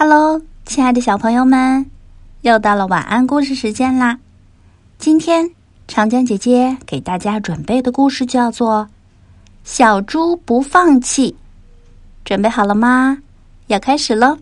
Hello， 亲爱的小朋友们，又到了晚安故事时间啦！今天长江姐姐给大家准备的故事叫做《小猪不放弃》，准备好了吗？要开始喽！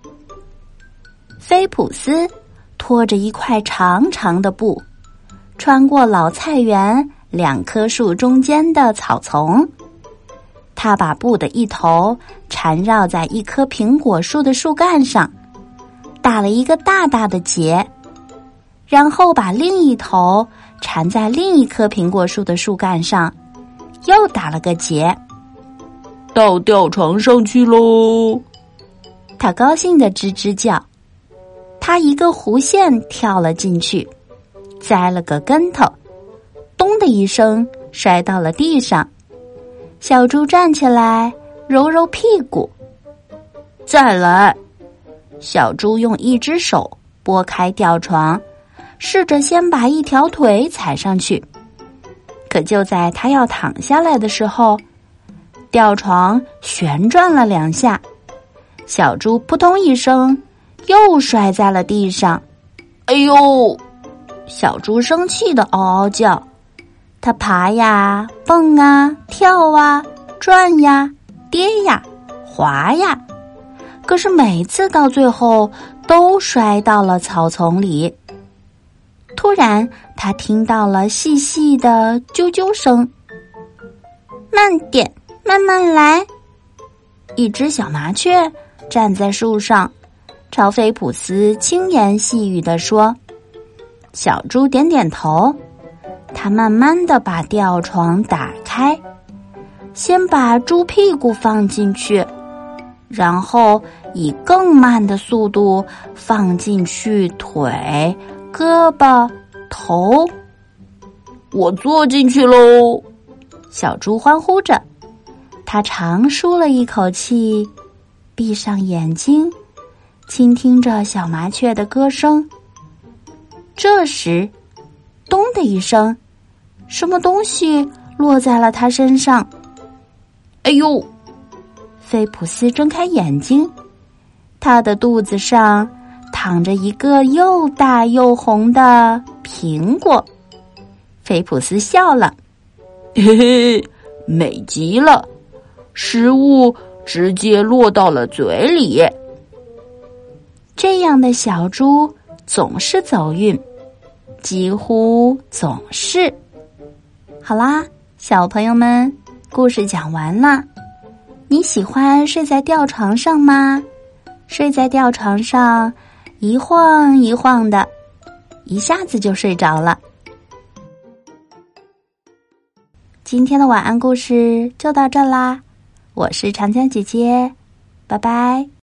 菲普斯拖着一块长长的布，穿过老菜园2棵树中间的草丛。他把布的一头缠绕在一棵苹果树的树干上，打了一个大大的结，然后把另一头缠在另一棵苹果树的树干上，又打了个结。 到吊床上去喽！ 他高兴地吱吱叫。他一个弧线跳了进去，栽了个跟头，咚的一声摔到了地上。小猪站起来，揉揉屁股。 再来！ 小猪用一只手拨开吊床，试着先把一条腿踩上去。可就在他要躺下来的时候，吊床旋转了2下，小猪扑通一声又摔在了地上。 哎呦！ 小猪生气地嗷嗷叫。它爬呀，蹦啊，跳啊，转呀，跌呀，滑呀，可是每次到最后都摔到了草丛里。突然，他听到了细细的啾啾声。慢点，慢慢来。一只小麻雀站在树上，朝菲普斯轻言细语地说。小猪点点头。他慢慢地把吊床打开，先把猪屁股放进去，然后以更慢的速度放进去腿、胳膊、头。 我坐进去喽！ 小猪欢呼着，他长舒了一口气，闭上眼睛，倾听着小麻雀的歌声。这时，咚的一声，什么东西落在了他身上。 哎呦！ 菲普斯睁开眼睛，他的肚子上躺着一个又大又红的苹果。菲普斯笑了， 嘿嘿，美极了，食物直接落到了嘴里。 这样的小猪总是走运，几乎总是。好啦，小朋友们，故事讲完了。你喜欢睡在吊床上吗？睡在吊床上，一晃一晃的，一下子就睡着了。今天的晚安故事就到这啦，我是长江姐姐，拜拜。